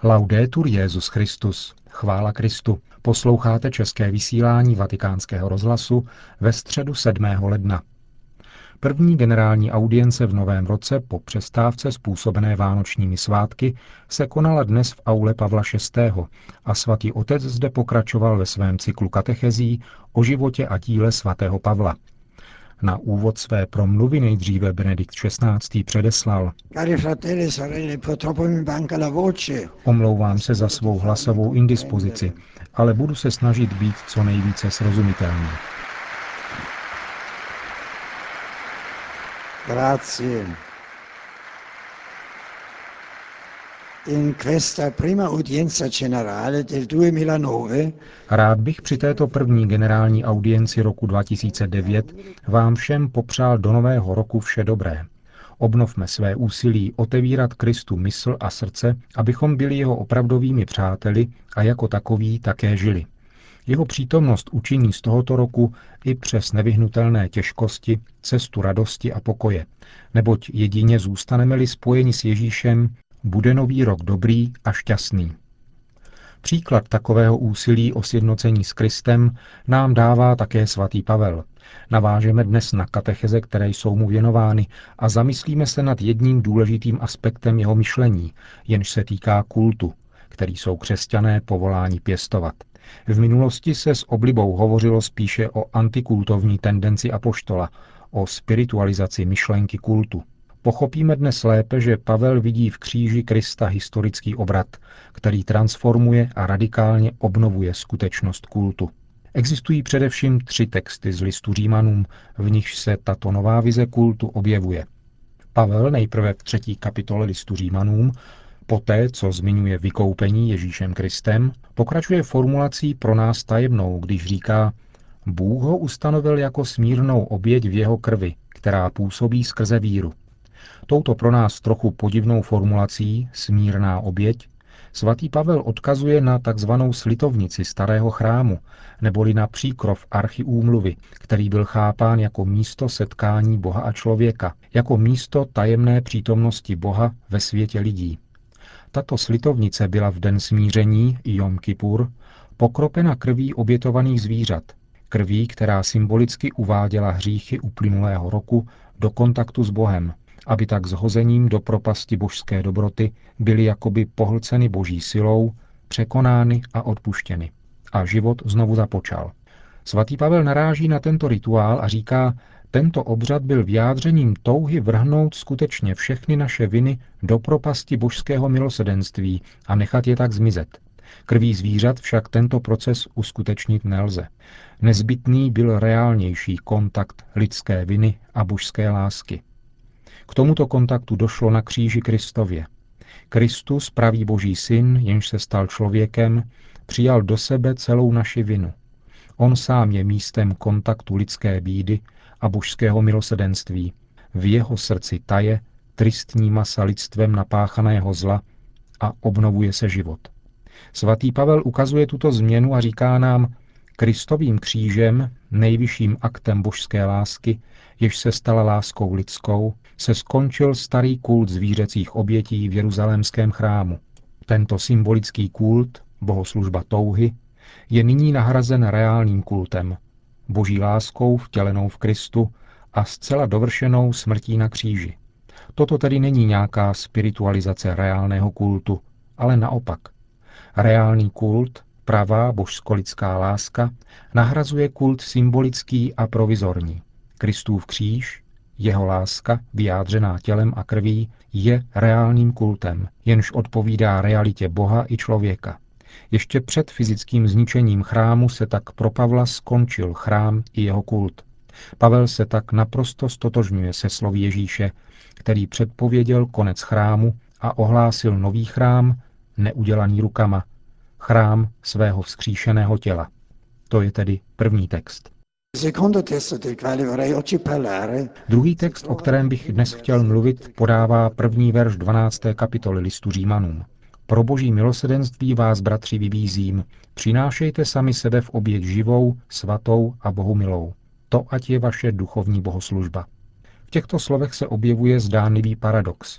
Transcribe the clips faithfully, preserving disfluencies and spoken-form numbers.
Laudetur Jesus Christus. Chvála Kristu. Posloucháte české vysílání Vatikánského rozhlasu ve středu sedmého ledna. První generální audience v novém roce po přestávce způsobené vánočními svátky se konala dnes v aule Pavla šestého. a svatý otec zde pokračoval ve svém cyklu katechezí o životě a díle svatého Pavla. Na úvod své promluvy nejdříve Benedikt šestnáctý předeslal: Omlouvám se za svou hlasovou indispozici, ale budu se snažit být co nejvíce srozumitelný. Grazie. In questa prima udienza generale del duemilanove Rád bych při této první generální audienci roku dva tisíce devět vám všem popřál do nového roku vše dobré. Obnovme své úsilí otevírat Kristu mysl a srdce, abychom byli jeho opravdovými přáteli a jako takoví také žili. Jeho přítomnost učiní z tohoto roku i přes nevyhnutelné těžkosti cestu radosti a pokoje, neboť jedině zůstaneme-li spojeni s Ježíšem, bude nový rok dobrý a šťastný. Příklad takového úsilí o sjednocení s Kristem nám dává také svatý Pavel. Navážeme dnes na katecheze, které jsou mu věnovány, a zamyslíme se nad jedním důležitým aspektem jeho myšlení, jenž se týká kultu, který jsou křesťané povoláni pěstovat. V minulosti se s oblibou hovořilo spíše o antikultovní tendenci apoštola, o spiritualizaci myšlenky kultu. Pochopíme dnes lépe, že Pavel vidí v kříži Krista historický obrat, který transformuje a radikálně obnovuje skutečnost kultu. Existují především tři texty z listu Římanům, v nichž se tato nová vize kultu objevuje. Pavel nejprve v třetí kapitole listu Římanům, poté, co zmiňuje vykoupení Ježíšem Kristem, pokračuje formulací pro nás tajemnou, když říká: Bůh ho ustanovil jako smírnou oběť v jeho krvi, která působí skrze víru. Touto pro nás trochu podivnou formulací smírná oběť svatý Pavel odkazuje na takzvanou slitovnici starého chrámu, neboli na příkrov archy úmluvy, který byl chápán jako místo setkání Boha a člověka, jako místo tajemné přítomnosti Boha ve světě lidí. Tato slitovnice byla v den smíření, Jom Kipur, pokropena krví obětovaných zvířat, krví, která symbolicky uváděla hříchy uplynulého roku do kontaktu s Bohem, aby tak shozením do propasti božské dobroty byly jakoby pohlceny boží silou, překonány a odpuštěny. A život znovu započal. Svatý Pavel naráží na tento rituál a říká: tento obřad byl vyjádřením touhy vrhnout skutečně všechny naše viny do propasti božského milosrdenství a nechat je tak zmizet. Krví zvířat však tento proces uskutečnit nelze. Nezbytný byl reálnější kontakt lidské viny a božské lásky. K tomuto kontaktu došlo na kříži Kristově. Kristus, pravý boží syn, jenž se stal člověkem, přijal do sebe celou naši vinu. On sám je místem kontaktu lidské bídy a božského milosrdenství. V jeho srdci taje tristní masa lidstvem napáchaného zla a obnovuje se život. Svatý Pavel ukazuje tuto změnu a říká nám: Kristovým křížem, nejvyšším aktem božské lásky, jež se stala láskou lidskou, se skončil starý kult zvířecích obětí v jeruzalémském chrámu. Tento symbolický kult, bohoslužba touhy, je nyní nahrazen reálným kultem, boží láskou vtělenou v Kristu a zcela dovršenou smrtí na kříži. Toto tedy není nějaká spiritualizace reálného kultu, ale naopak. Reálný kult, pravá božsko-lidská láska, nahrazuje kult symbolický a provizorní. Kristův kříž, jeho láska, vyjádřená tělem a krví, je reálným kultem, jenž odpovídá realitě Boha i člověka. Ještě před fyzickým zničením chrámu se tak pro Pavla skončil chrám i jeho kult. Pavel se tak naprosto stotožňuje se slovy Ježíše, který předpověděl konec chrámu a ohlásil nový chrám, neudělaný rukama, chrám svého vzkříšeného těla. To je tedy první text. Druhý text, o kterém bych dnes chtěl mluvit, podává první verš dvanácté kapitoly listu Římanům. Pro boží milosrdenství vás, bratři, vybízím, přinášejte sami sebe v oběť živou, svatou a Bohu milou. To ať je vaše duchovní bohoslužba. V těchto slovech se objevuje zdánlivý paradox.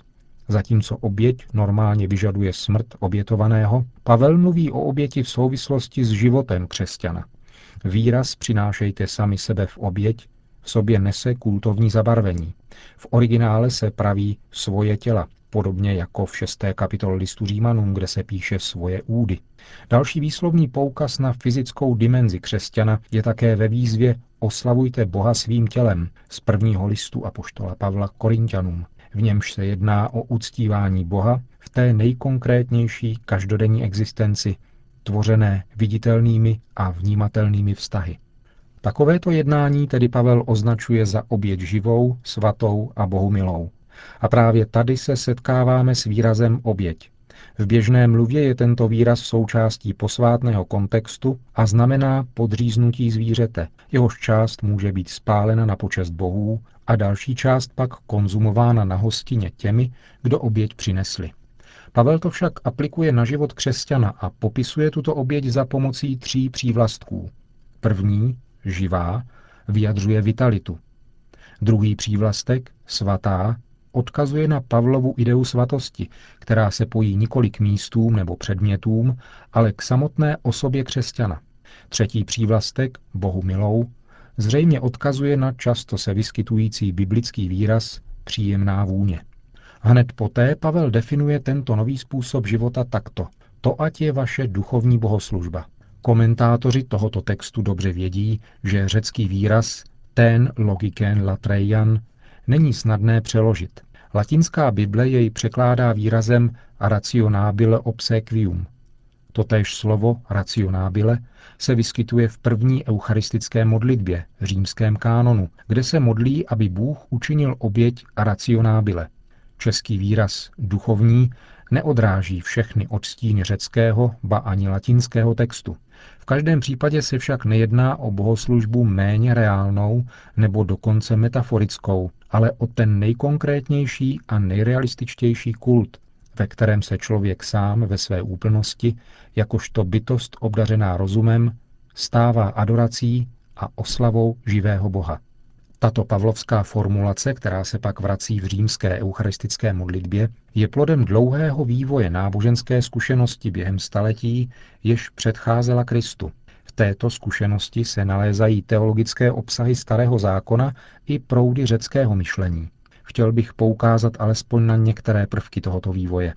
Zatímco oběť normálně vyžaduje smrt obětovaného, Pavel mluví o oběti v souvislosti s životem křesťana. Výraz přinášejte sami sebe v oběť v sobě nese kultovní zabarvení. V originále se praví svoje těla, podobně jako v šesté kapitole listu Římanům, kde se píše svoje údy. Další výslovný poukaz na fyzickou dimenzi křesťana je také ve výzvě Oslavujte Boha svým tělem z prvního listu apoštola Pavla Korinťanům. V němž se jedná o uctívání Boha v té nejkonkrétnější každodenní existenci, tvořené viditelnými a vnímatelnými vztahy. Takovéto jednání tedy Pavel označuje za oběť živou, svatou a bohumilou. A právě tady se setkáváme s výrazem oběť. V běžné mluvě je tento výraz součástí posvátného kontextu a znamená podříznutí zvířete, jehož část může být spálena na počest bohů a další část pak konzumována na hostině těmi, kdo oběť přinesli. Pavel to však aplikuje na život křesťana a popisuje tuto oběť za pomocí tří přívlastků. První, živá, vyjadřuje vitalitu. Druhý přívlastek, svatá, odkazuje na Pavlovu ideu svatosti, která se pojí nikoli k místům nebo předmětům, ale k samotné osobě křesťana. Třetí přívlastek, bohumilou, zřejmě odkazuje na často se vyskytující biblický výraz příjemná vůně. Hned poté Pavel definuje tento nový způsob života takto. To ať je vaše duchovní bohoslužba. Komentátoři tohoto textu dobře vědí, že řecký výraz ten logiken latreian není snadné přeložit. Latinská Bible jej překládá výrazem rationabile obsequium. Totéž slovo rationabile se vyskytuje v první eucharistické modlitbě, římském kánonu, kde se modlí, aby Bůh učinil oběť rationabile. Český výraz duchovní neodráží všechny odstíny řeckého, ba ani latinského textu. V každém případě se však nejedná o bohoslužbu méně reálnou nebo dokonce metaforickou, ale o ten nejkonkrétnější a nejrealističtější kult, ve kterém se člověk sám ve své úplnosti, jakožto bytost obdařená rozumem, stává adorací a oslavou živého Boha. Tato pavlovská formulace, která se pak vrací v římské eucharistické modlitbě, je plodem dlouhého vývoje náboženské zkušenosti během staletí, jež předcházela Kristu. V této zkušenosti se nalézají teologické obsahy Starého zákona i proudy řeckého myšlení. Chtěl bych poukázat alespoň na některé prvky tohoto vývoje.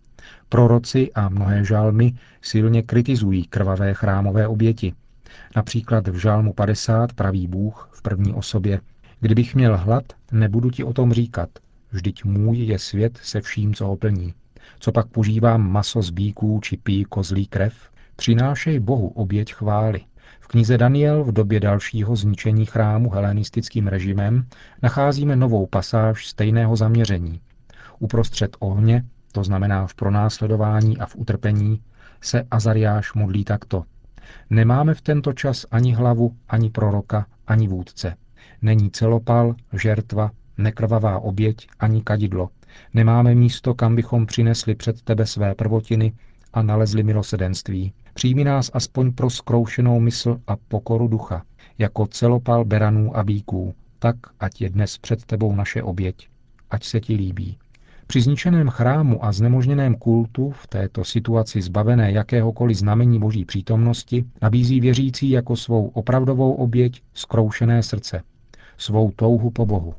Proroci a mnohé žalmy silně kritizují krvavé chrámové oběti. Například v žalmu padesát praví Bůh v první osobě: Kdybych měl hlad, nebudu ti o tom říkat, vždyť můj je svět se vším, co ho plní. Co pak požívám maso z býků či pij kozlí krev? Přinášej Bohu oběť chvály. V knize Daniel v době dalšího zničení chrámu helenistickým režimem nacházíme novou pasáž stejného zaměření. Uprostřed ohně, to znamená v pronásledování a v utrpení, se Azariáš modlí takto. Nemáme v tento čas ani hlavu, ani proroka, ani vůdce. Není celopal, žertva, nekrvavá oběť, ani kadidlo. Nemáme místo, kam bychom přinesli před tebe své prvotiny a nalezli milosedenství. Přijmi nás aspoň pro zkroušenou mysl a pokoru ducha, jako celopal beranů a býků, tak, ať je dnes před tebou naše oběť, ať se ti líbí. Při zničeném chrámu a znemožněném kultu, v této situaci zbavené jakéhokoliv znamení boží přítomnosti, nabízí věřící jako svou opravdovou oběť zkroušené srdce, svou touhu po Bohu.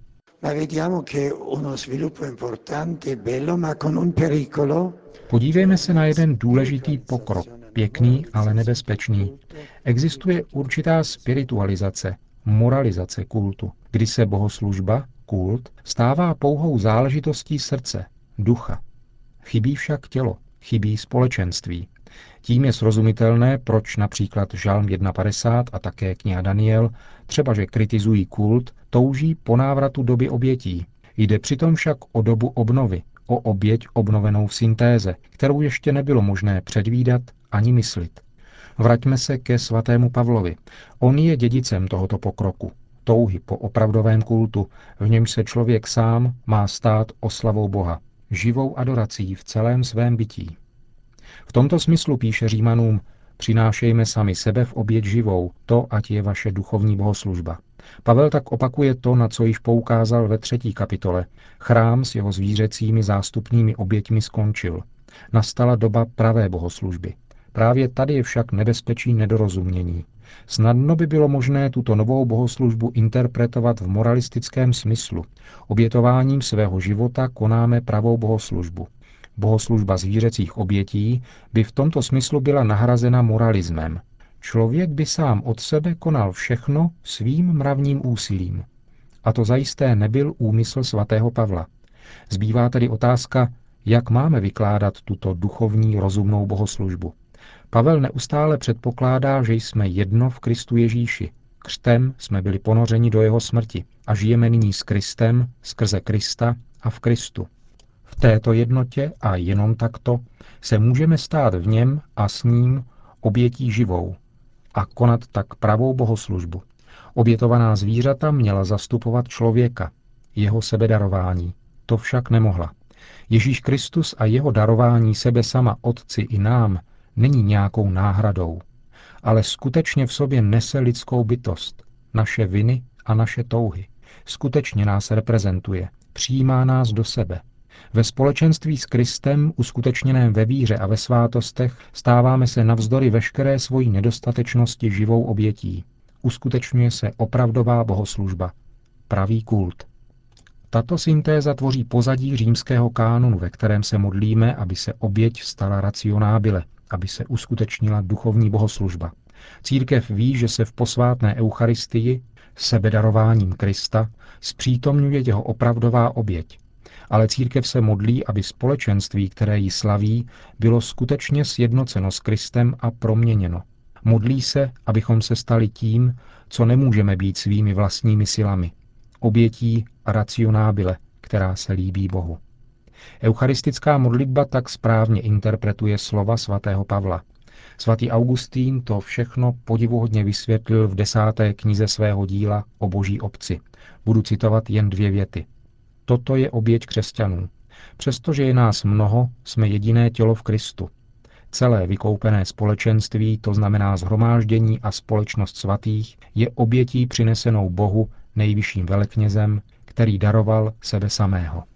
Podívejme se na jeden důležitý pokrok, pěkný, ale nebezpečný. Existuje určitá spiritualizace, moralizace kultu, kdy se bohoslužba, kult, stává pouhou záležitostí srdce, ducha. Chybí však tělo, chybí společenství. Tím je srozumitelné, proč například žalm padesát jedna a také kniha Daniel, třeba že kritizují kult, touží po návratu doby obětí. Jde přitom však o dobu obnovy, o oběť obnovenou v syntéze, kterou ještě nebylo možné předvídat ani myslit. Vraťme se ke svatému Pavlovi. On je dědicem tohoto pokroku, touhy po opravdovém kultu, v němž se člověk sám má stát oslavou Boha, živou adorací v celém svém bytí. V tomto smyslu píše Římanům: Přinášejme sami sebe v oběť živou, to ať je vaše duchovní bohoslužba. Pavel tak opakuje to, na co již poukázal ve třetí kapitole. Chrám s jeho zvířecími zástupnými oběťmi skončil. Nastala doba pravé bohoslužby. Právě tady je však nebezpečí nedorozumění. Snadno by bylo možné tuto novou bohoslužbu interpretovat v moralistickém smyslu. Obětováním svého života konáme pravou bohoslužbu. Bohoslužba zvířecích obětí by v tomto smyslu byla nahrazena moralismem. Člověk by sám od sebe konal všechno svým mravním úsilím. A to zajisté nebyl úmysl svatého Pavla. Zbývá tedy otázka, jak máme vykládat tuto duchovní rozumnou bohoslužbu. Pavel neustále předpokládá, že jsme jedno v Kristu Ježíši. Křtem jsme byli ponořeni do jeho smrti a žijeme nyní s Kristem, skrze Krista a v Kristu. V této jednotě a jenom takto se můžeme stát v něm a s ním obětí živou a konat tak pravou bohoslužbu. Obětovaná zvířata měla zastupovat člověka, jeho sebedarování. To však nemohla. Ježíš Kristus a jeho darování sebe sama Otci i nám není nějakou náhradou, ale skutečně v sobě nese lidskou bytost, naše viny a naše touhy. Skutečně nás reprezentuje, přijímá nás do sebe. Ve společenství s Kristem, uskutečněném ve víře a ve svátostech, stáváme se navzdory veškeré svojí nedostatečnosti živou obětí. Uskutečňuje se opravdová bohoslužba, pravý kult. Tato syntéza tvoří pozadí římského kánonu, ve kterém se modlíme, aby se oběť stala racionábile, aby se uskutečnila duchovní bohoslužba. Církev ví, že se v posvátné eucharistii, sebedarováním Krista, zpřítomňuje jeho opravdová oběť. Ale církev se modlí, aby společenství, které ji slaví, bylo skutečně sjednoceno s Kristem a proměněno. Modlí se, abychom se stali tím, co nemůžeme být svými vlastními silami. Obětí racionábile, která se líbí Bohu. Eucharistická modlitba tak správně interpretuje slova svatého Pavla. Svatý Augustín to všechno podivuhodně vysvětlil v desáté knize svého díla o Boží obci. Budu citovat jen dvě věty. Toto je oběť křesťanů. Přestože je nás mnoho, jsme jediné tělo v Kristu. Celé vykoupené společenství, to znamená shromáždění a společnost svatých, je obětí přinesenou Bohu, nejvyšším veleknězem, který daroval sebe samého.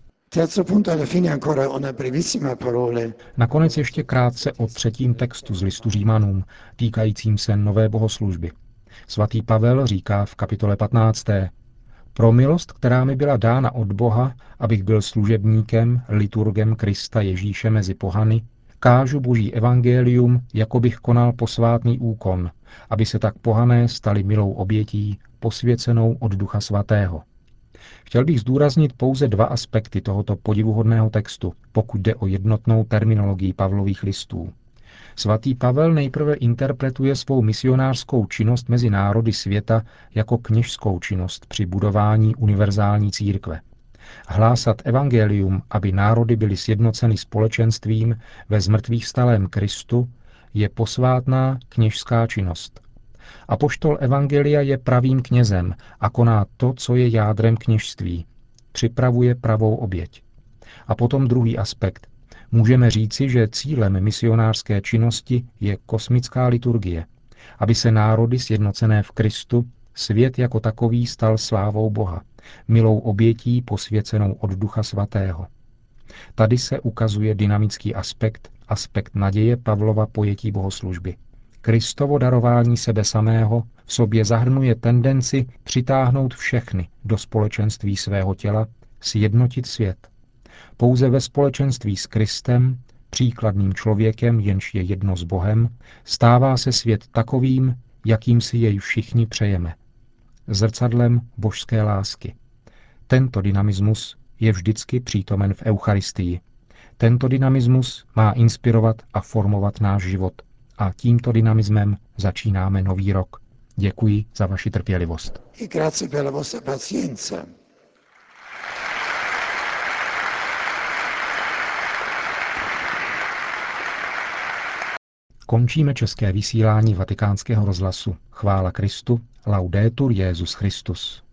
Nakonec ještě krátce o třetím textu z listu Římanům, týkajícím se nové bohoslužby. Svatý Pavel říká v kapitole patnácté. Pro milost, která mi byla dána od Boha, abych byl služebníkem, liturgem Krista Ježíše mezi pohany, kážu Boží evangelium, jako bych konal posvátný úkon, aby se tak pohané stali milou obětí, posvěcenou od Ducha Svatého. Chtěl bych zdůraznit pouze dva aspekty tohoto podivuhodného textu, pokud jde o jednotnou terminologii Pavlových listů. Svatý Pavel nejprve interpretuje svou misionářskou činnost mezi národy světa jako kněžskou činnost při budování univerzální církve. Hlásat evangelium, aby národy byly sjednoceny společenstvím ve zmrtvýchvstalém Kristu, je posvátná kněžská činnost. Apoštol evangelia je pravým knězem a koná to, co je jádrem kněžství. Připravuje pravou oběť. A potom druhý aspekt. Můžeme říci, že cílem misionářské činnosti je kosmická liturgie, aby se národy sjednocené v Kristu, svět jako takový stal slávou Boha, milou obětí posvěcenou od Ducha Svatého. Tady se ukazuje dynamický aspekt, aspekt naděje Pavlova pojetí bohoslužby. Kristovo darování sebe samého v sobě zahrnuje tendenci přitáhnout všechny do společenství svého těla, sjednotit svět. Pouze ve společenství s Kristem, příkladným člověkem, jenž je jedno s Bohem, stává se svět takovým, jakým si jej všichni přejeme. Zrcadlem božské lásky. Tento dynamismus je vždycky přítomen v Eucharistii. Tento dynamismus má inspirovat a formovat náš život. A tímto dynamismem začínáme nový rok. Děkuji za vaši trpělivost. Končíme české vysílání Vatikánského rozhlasu. Chvála Kristu, laudetur Jesus Christus.